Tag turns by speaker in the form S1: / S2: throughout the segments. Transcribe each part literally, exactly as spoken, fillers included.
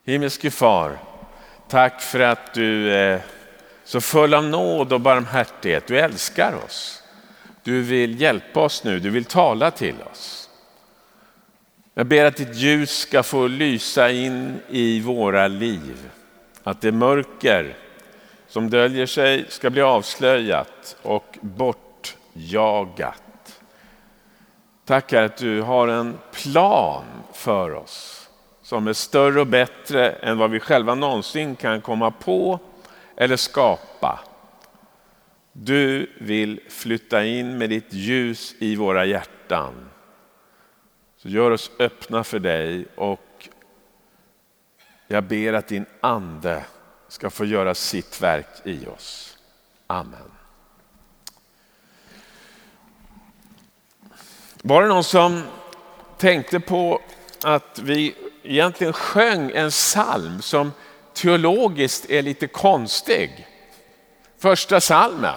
S1: Himmelske far, tack för att du är så full av nåd och barmhärtighet. Du älskar oss. Du vill hjälpa oss nu. Du vill tala till oss. Jag ber att ditt ljus ska få lysa in i våra liv. Att det mörker som döljer sig ska bli avslöjat och bortjagat. Tack att du har en plan för oss som är större och bättre än vad vi själva någonsin kan komma på eller skapa. Du vill flytta in med ditt ljus i våra hjärtan. Så gör oss öppna för dig, och jag ber att din ande ska få göra sitt verk i oss. Amen. Var det någon som tänkte på att vi egentligen sjöng en psalm som teologiskt är lite konstig? Första psalmen.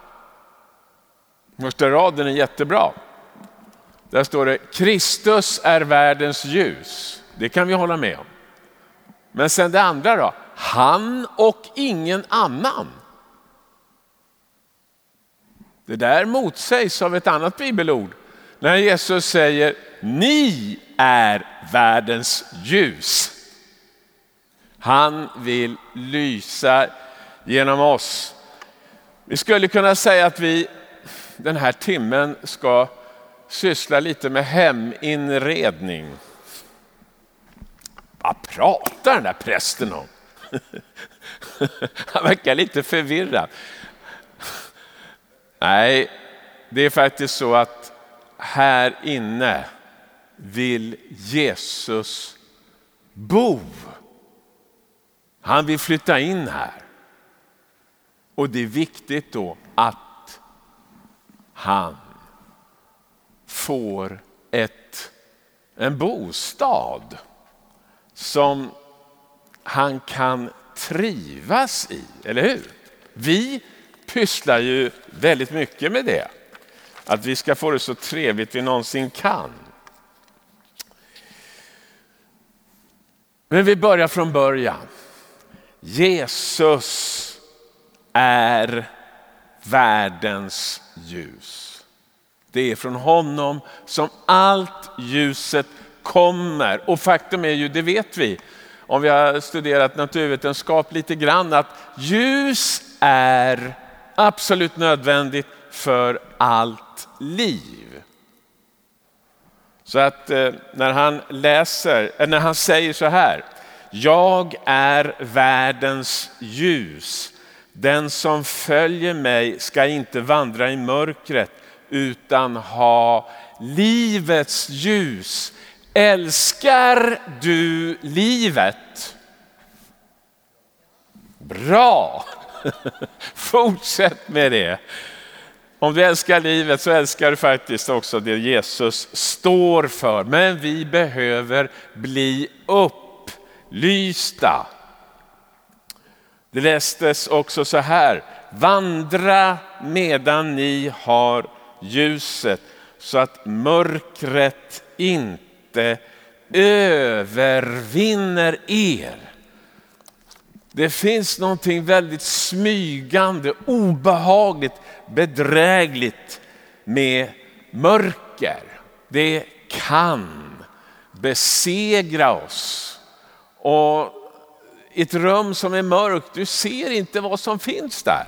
S1: Första raden är jättebra. Där står det: Kristus är världens ljus. Det kan vi hålla med om. Men sen det andra då? Han och ingen annan. Det där motsägs av ett annat bibelord. När Jesus säger: ni är världens ljus. Han vill lysa genom oss. Vi skulle kunna säga att vi den här timmen ska syssla lite med heminredning. Vad pratar den där prästen om? Han verkar lite förvirrad. Nej, det är faktiskt så att här inne vill Jesus bo. Han vill flytta in här. Och det är viktigt då att han får ett, en bostad som han kan trivas i, eller hur? Vi pysslar ju väldigt mycket med det. Att vi ska få det så trevligt vi någonsin kan. Men vi börjar från början. Jesus är världens ljus. Det är från honom som allt ljuset kommer. Och faktum är ju, det vet vi, om vi har studerat naturvetenskap lite grann, att ljus är absolut nödvändigt för allt liv. Så att eh, när han läser, eh, när han säger så här: jag är världens ljus. Den som följer mig ska inte vandra i mörkret utan ha livets ljus. Älskar du livet? Bra! Fortsätt med det. Om du älskar livet så älskar du faktiskt också det Jesus står för. Men vi behöver bli upplysta. Det lästes också så här: vandra medan ni har ljuset, så att mörkret inte övervinner er. Det finns någonting väldigt smygande, obehagligt, bedrägligt med mörker. Det kan besegra oss. Och ett rum som är mörkt, du ser inte vad som finns där.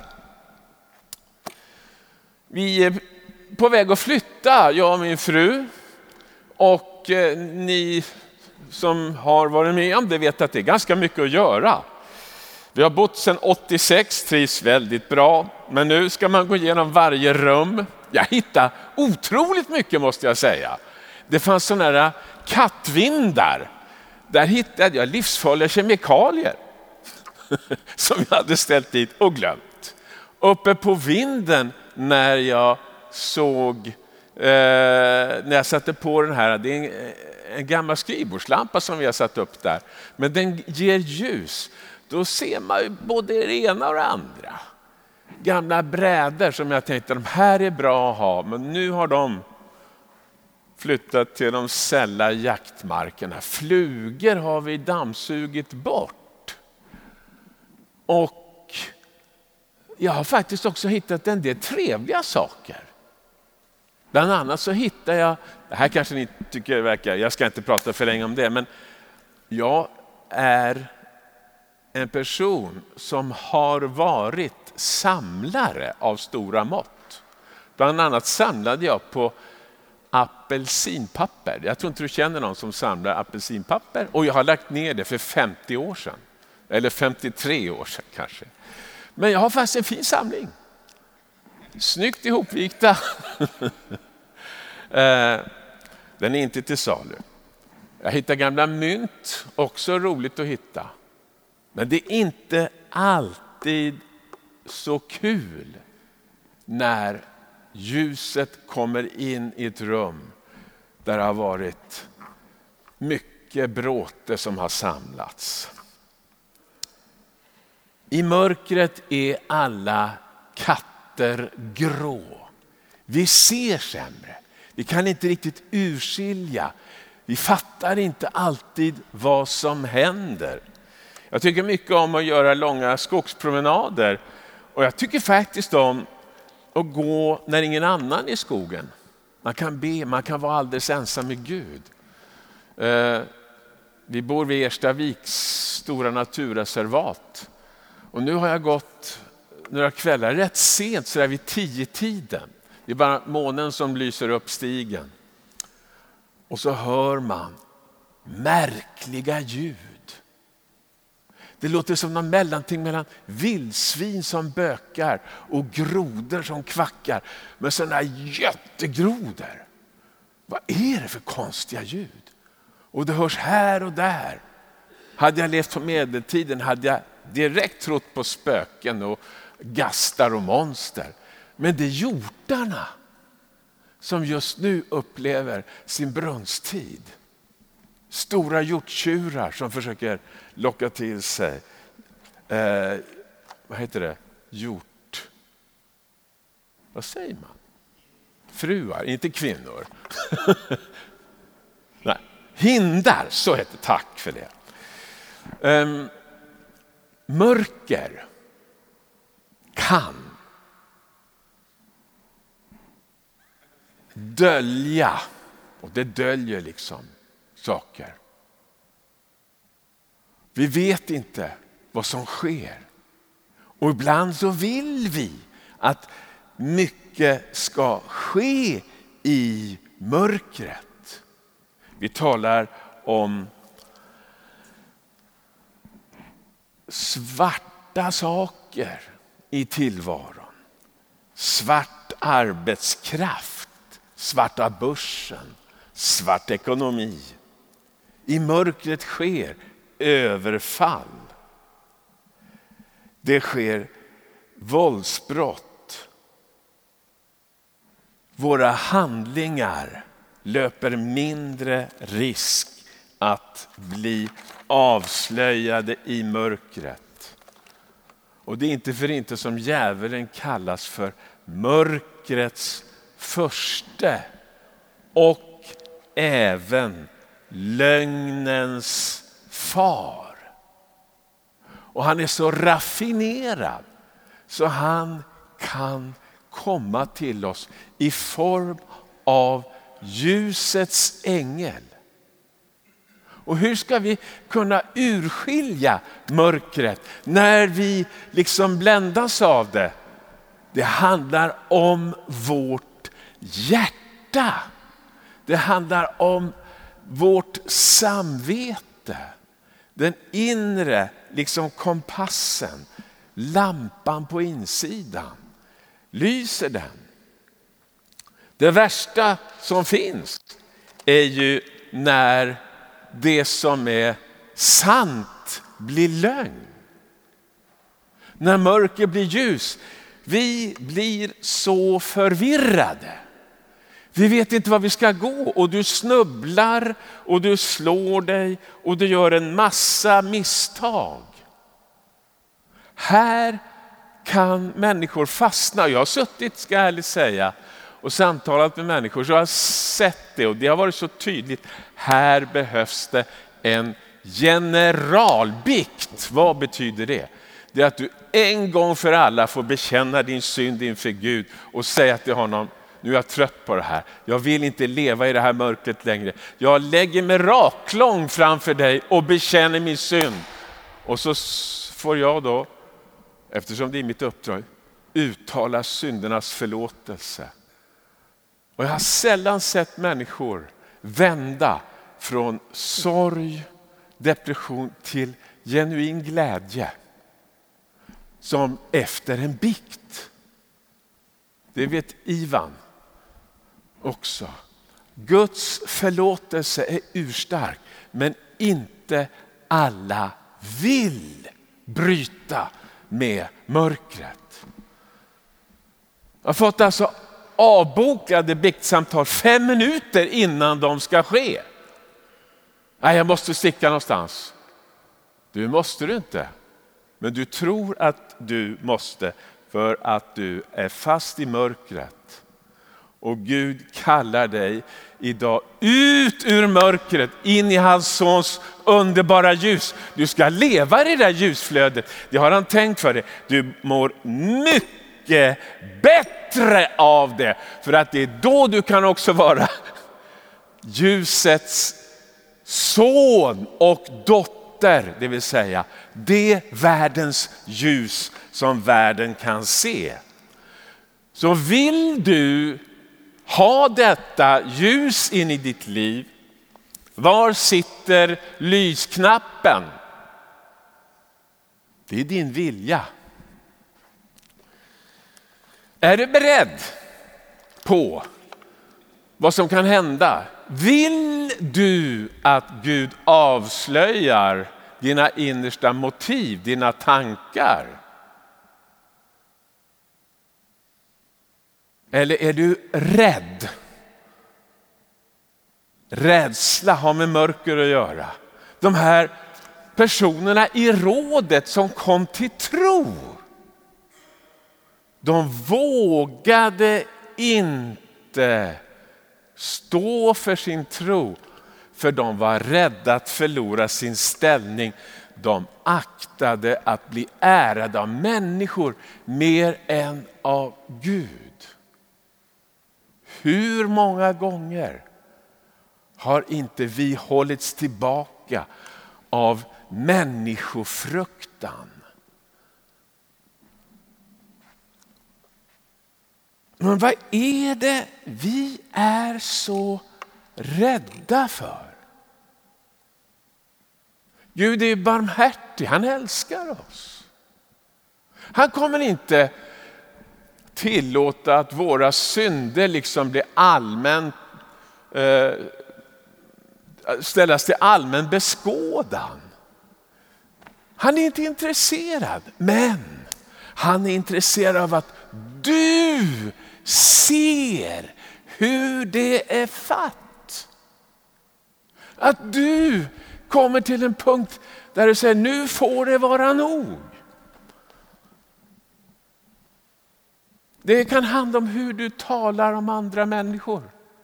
S1: Vi är på väg att flytta, jag och min fru. Och eh, ni som har varit med om det vet att det är ganska mycket att göra. Vi har bott sedan åttiosex, trivs väldigt bra. Men nu ska man gå igenom varje rum. Jag hittade otroligt mycket, måste jag säga. Det fanns sådana här kattvindar. Där hittade jag livsfarliga kemikalier som jag hade ställt dit och glömt. Uppe på vinden när jag såg, eh, när jag satte på den här, det är en, en gammal skrivbordslampa som vi har satt upp där. Men den ger ljus. Då ser man ju både det ena och det andra. Gamla brädor som jag tänkte, de här är bra att ha, men nu har de flyttat till de sälla jaktmarkerna. Flugor har vi dammsugit bort. Och jag har faktiskt också hittat en del trevliga saker. Bland annat så hittar jag, det här kanske ni tycker verkar, jag ska inte prata för länge om det, men jag är en person som har varit samlare av stora mått. Bland annat samlade jag på apelsinpapper. Jag tror inte du känner någon som samlar apelsinpapper. Och jag har lagt ner det för femtio år sedan. Eller femtiotre år sedan kanske. Men jag har faktiskt en fin samling. Snyggt ihopvikta. Den är inte till salu. Jag hittar gamla mynt. Också roligt att hitta. Men det är inte alltid så kul när ljuset kommer in i ett rum där det har varit mycket bråte som har samlats. I mörkret är alla katter grå. Vi ser sämre. Vi kan inte riktigt urskilja. Vi fattar inte alltid vad som händer. Jag tycker mycket om att göra långa skogspromenader. Och jag tycker faktiskt om att gå när ingen annan är i skogen. Man kan be, man kan vara alldeles ensam med Gud. Eh, vi bor vid Erstaviks stora naturreservat. Och nu har jag gått några kvällar rätt sent, så där vid tio tiden. Det är bara månen som lyser upp stigen. Och så hör man märkliga ljud. Det låter som någon mellanting mellan vildsvin som bökar och grodor som kvackar. Men sådana jättegrodor. Vad är det för konstiga ljud? Och det hörs här och där. Hade jag levt på medeltiden hade jag direkt trott på spöken och gastar och monster. Men det är hjortarna som just nu upplever sin brunsttid. Stora hjorttjurar som försöker locka till sig eh, vad heter det? Hjort. Vad säger man? Fruar, inte kvinnor. Nej, hindar, så heter det. Tack för det. Um, mörker kan dölja, och det döljer liksom saker. Vi vet inte vad som sker. Och ibland så vill vi att mycket ska ske i mörkret. Vi talar om svarta saker i tillvaron. Svart arbetskraft, svarta börsen, svart ekonomi. I mörkret sker överfall. Det sker våldsbrott. Våra handlingar löper mindre risk att bli avslöjade i mörkret. Och det är inte för inte som djävulen kallas för mörkrets förste och även lögnens far. Och han är så raffinerad så han kan komma till oss i form av ljusets ängel. Och hur ska vi kunna urskilja mörkret när vi liksom bländas av det? Det handlar om vårt hjärta. Det handlar om vårt samvete. Den inre liksom kompassen, lampan på insidan. Lyser den? Det värsta som finns är ju när det som är sant blir lögn. När mörker blir ljus. Vi blir så förvirrade. Vi vet inte var vi ska gå och du snubblar och du slår dig och du gör en massa misstag. Här kan människor fastna. Jag har suttit, ska jag ärligt säga, och samtalat med människor så har jag sett det, och det har varit så tydligt. Här behövs det en generalbikt. Vad betyder det? Det är att du en gång för alla får bekänna din synd inför Gud och säga till honom: nu är jag trött på det här. Jag vill inte leva i det här mörkret längre. Jag lägger mig raklång framför dig och bekänner min synd. Och så får jag då, eftersom det är mitt uppdrag, uttala syndernas förlåtelse. Och jag har sällan sett människor vända från sorg, depression till genuin glädje som efter en bikt. Det vet Ivan också. Guds förlåtelse är urstark, men inte alla vill bryta med mörkret. Jag har fått alltså avbokade biktsamtal fem minuter innan de ska ske. Nej, jag måste sticka någonstans. Du måste du inte. Men du tror att du måste för att du är fast i mörkret. Och Gud kallar dig idag ut ur mörkret in i hans sons underbara ljus. Du ska leva i det där ljusflödet. Det har han tänkt för dig. Du mår mycket bättre av det. För att det är då du kan också vara ljusets son och dotter. Det vill säga det världens ljus som världen kan se. Så vill du ha detta ljus in i ditt liv, var sitter lysknappen? Det är din vilja. Är du beredd på vad som kan hända? Vill du att Gud avslöjar dina innersta motiv, dina tankar? Eller är du rädd? Rädsla har med mörker att göra. De här personerna i rådet som kom till tro, de vågade inte stå för sin tro, för de var rädda att förlora sin ställning. De aktade att bli ärade av människor mer än av Gud. Hur många gånger har inte vi hållits tillbaka av människofruktan? Men vad är det vi är så rädda för? Gud är barmhärtig, han älskar oss. Han kommer inte tillåta att våra synder liksom blir allmänt eh, ställas till allmän beskådan. Han är inte intresserad, men han är intresserad av att du ser hur det är fatt. Att du kommer till en punkt där du säger: nu får det vara nog. Det kan handla om hur du talar om andra människor.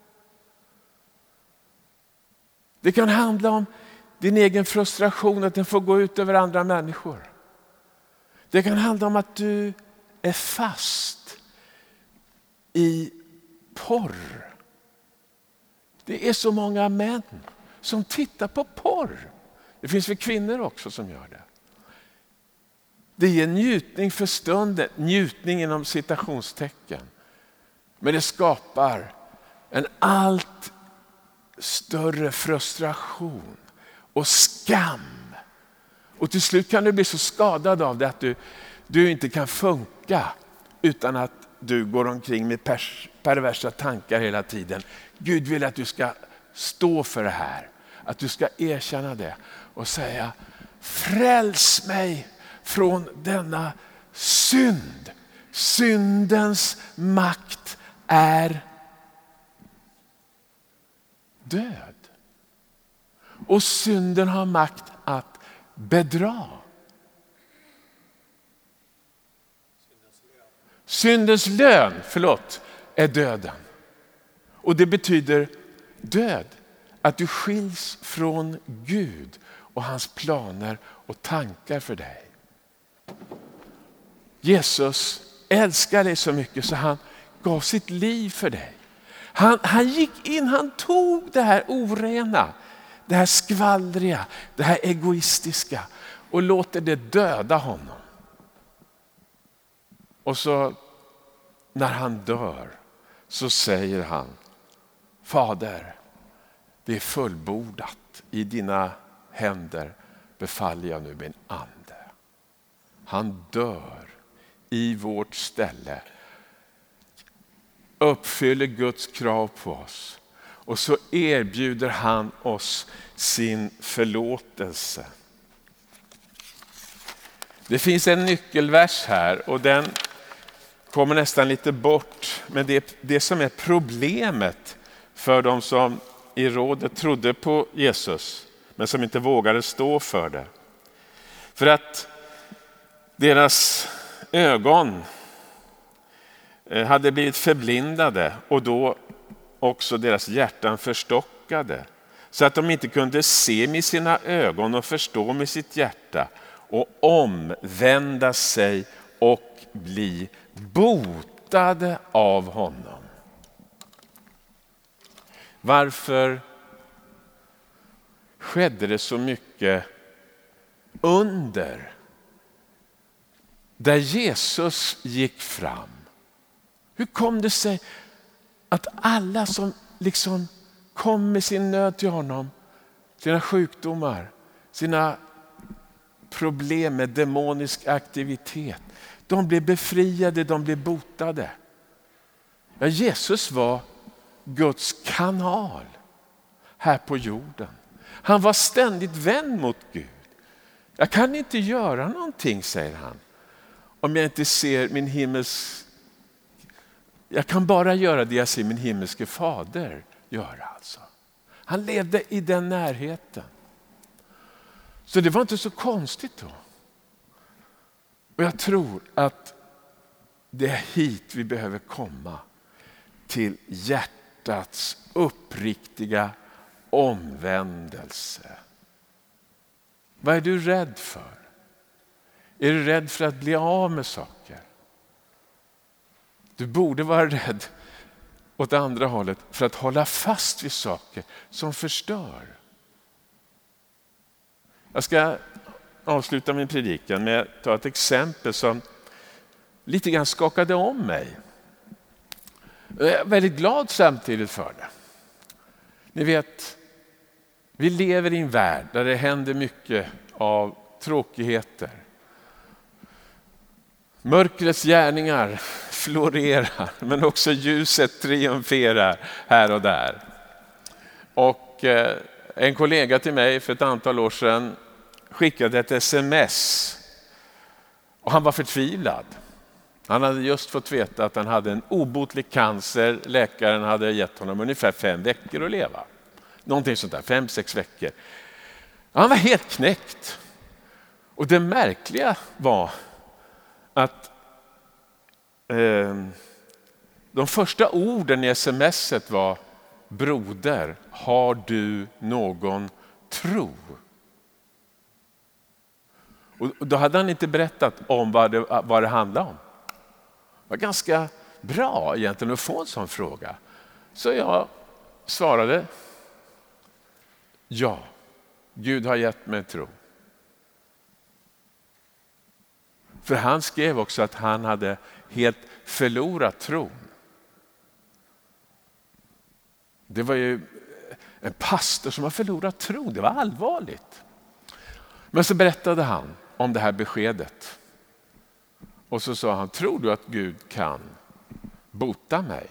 S1: Det kan handla om din egen frustration, att den får gå ut över andra människor. Det kan handla om att du är fast i porr. Det är så många män som tittar på porr. Det finns väl kvinnor också som gör det. Det ger njutning för stunden, njutning inom citationstecken. Men det skapar en allt större frustration och skam. Och till slut kan du bli så skadad av det att du, du inte kan funka utan att du går omkring med pers, perversa tankar hela tiden. Gud vill att du ska stå för det här. Att du ska erkänna det och säga: fräls mig från denna synd. Syndens makt är död. Och synden har makt att bedra. Syndens lön, förlåt, är döden. Och det betyder död. Att du skiljs från Gud och hans planer och tankar för dig. Jesus älskar dig så mycket så han gav sitt liv för dig. Han, han gick in, han tog det här orena, det här skvallriga, det här egoistiska och låter det döda honom. Och så när han dör så säger han: Fader, det är fullbordat, i dina händer befaller jag nu min ande. Han dör i vårt ställe, uppfyller Guds krav på oss och så erbjuder han oss sin förlåtelse. Det finns en nyckelvers här och den kommer nästan lite bort, men det, det som är problemet för de som i rådet trodde på Jesus men som inte vågade stå för det. För att deras ögon hade blivit förblindade och då också deras hjärtan förstockade. Så att de inte kunde se med sina ögon och förstå med sitt hjärta och omvända sig och bli botade av honom. Varför skedde det så mycket under där Jesus gick fram? Hur kom det sig att alla som liksom kom med sin nöd till honom, sina sjukdomar, sina problem med demonisk aktivitet, de blev befriade, de blev botade? Ja, Jesus var Guds kanal här på jorden. Han var ständigt vänd mot Gud. Jag kan inte göra någonting, säger han, om jag inte ser min himmels... Jag kan bara göra det jag ser min himmelske fader göra. Alltså. Han levde i den närheten. Så det var inte så konstigt då. Och jag tror att det är hit vi behöver komma. Till hjärtats uppriktiga omvändelse. Vad är du rädd för? Är du rädd för att bli av med saker? Du borde vara rädd åt andra hållet för att hålla fast vid saker som förstör. Jag ska avsluta min predikan med att ta ett exempel som lite grann skakade om mig. Jag är väldigt glad samtidigt för det. Ni vet, vi lever i en värld där det händer mycket av tråkigheter. Mörkrets gärningar florerar, men också ljuset triumferar här och där. Och en kollega till mig för ett antal år sedan skickade ett sms och han var förtvivlad. Han hade just fått veta att han hade en obotlig cancer. Läkaren hade gett honom ungefär fem veckor att leva. Någonting sånt där, fem, sex veckor. Han var helt knäckt. Och det märkliga var att eh, de första orden i smset var: broder, har du någon tro? Och då hade han inte berättat om vad det, vad det handlade om. Det var ganska bra egentligen att få en sån fråga. Så jag svarade: ja, Gud har gett mig tro. För han skrev också att han hade helt förlorat tron. Det var ju en pastor som har förlorat tro. Det var allvarligt. Men så berättade han om det här beskedet. Och så sa han: tror du att Gud kan bota mig?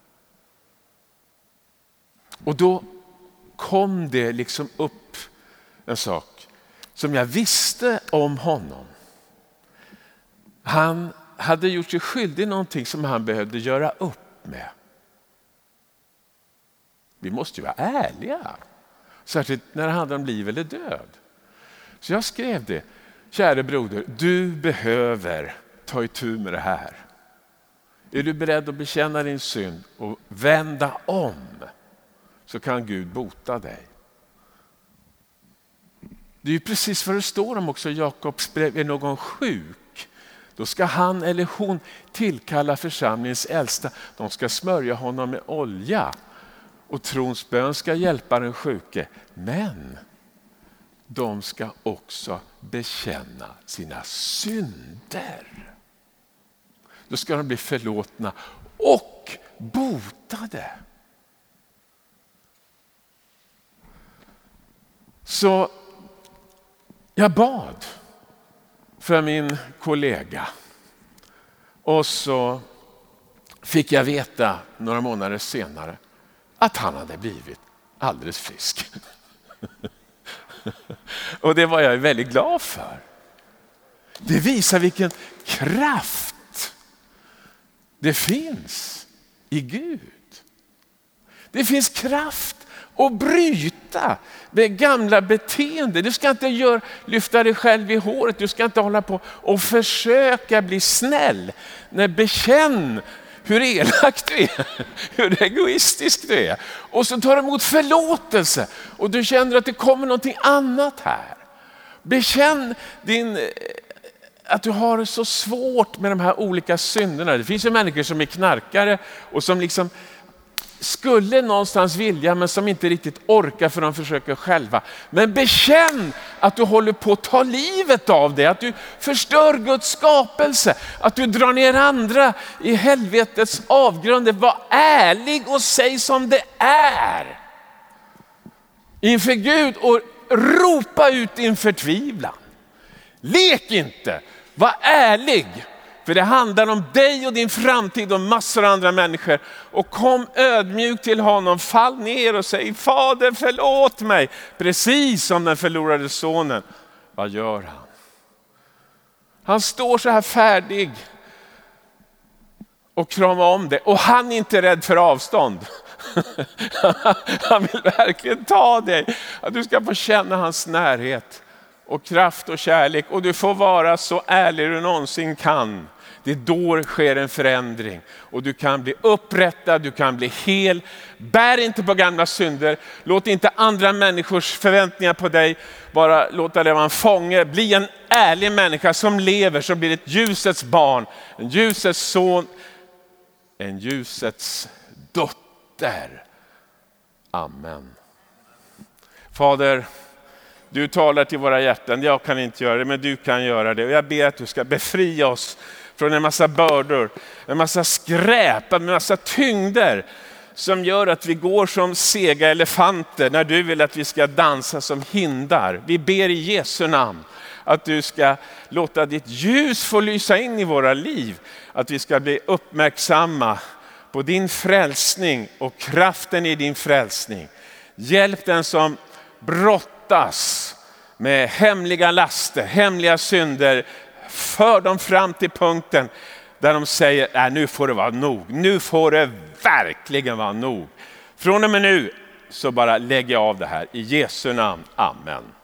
S1: Och då kom det liksom upp en sak som jag visste om honom. Han hade gjort sig skyldig någonting som han behövde göra upp med. Vi måste ju vara ärliga. Särskilt när det handlar om liv eller död. Så jag skrev det: kära broder, du behöver ta itu med det här. Är du beredd att bekänna din synd och vända om, så kan Gud bota dig. Det är ju precis vad det står om också i Jakobs brev. Är någon sjuk, då ska han eller hon tillkalla församlingens äldsta. De ska smörja honom med olja och trons bön ska hjälpa den sjuke. Men de ska också bekänna sina synder. Då ska de bli förlåtna och botade. Så jag bad för min kollega och så fick jag veta några månader senare att han hade blivit alldeles frisk. Och det var jag väldigt glad för. Det visar vilken kraft det finns i Gud. Det finns kraft att bryta med gamla beteende. Du ska inte göra, lyfta dig själv i håret. Du ska inte hålla på och försöka bli snäll. Nej, bekänn hur elak du är, hur egoistisk du är. Och så tar du emot förlåtelse och du känner att det kommer någonting annat här. Bekänn din, att du har det så svårt med de här olika synderna. Det finns ju människor som är knarkare och som liksom skulle någonstans vilja men som inte riktigt orkar för de försöker själva. Men bekänn att du håller på att ta livet av det. Att du förstör Guds skapelse. Att du drar ner andra i helvetets avgrunder. Var ärlig och säg som det är. Inför Gud och ropa ut din förtvivlan. Lek inte. Var ärlig. För det handlar om dig och din framtid och massor av andra människor. Och kom ödmjuk till honom. Fall ner och säg: Fader, förlåt mig. Precis som den förlorade sonen. Vad gör han? Han står så här färdig och kramar om det. Och han är inte rädd för avstånd. Han vill verkligen ta dig. Att du ska få känna hans närhet och kraft och kärlek. Och du får vara så ärlig du någonsin kan. Det är då sker en förändring. Och du kan bli upprättad, du kan bli hel. Bär inte på gamla synder. Låt inte andra människors förväntningar på dig bara låta dig vara en fånge. Bli en ärlig människa som lever, som blir ett ljusets barn. En ljusets son. En ljusets dotter. Amen. Fader, du talar till våra hjärtan. Jag kan inte göra det, men du kan göra det. Och jag ber att du ska befria oss från en massa bördor, en massa skräp, en massa tyngder som gör att vi går som sega elefanter när du vill att vi ska dansa som hindar. Vi ber i Jesu namn att du ska låta ditt ljus få lysa in i våra liv. Att vi ska bli uppmärksamma på din frälsning och kraften i din frälsning. Hjälp den som brottas med hemliga laster, hemliga synder. För dem fram till punkten där de säger: nej, nu får det vara nog. Nu får det verkligen vara nog. Från och med nu så bara lägger jag av det här. I Jesu namn. Amen.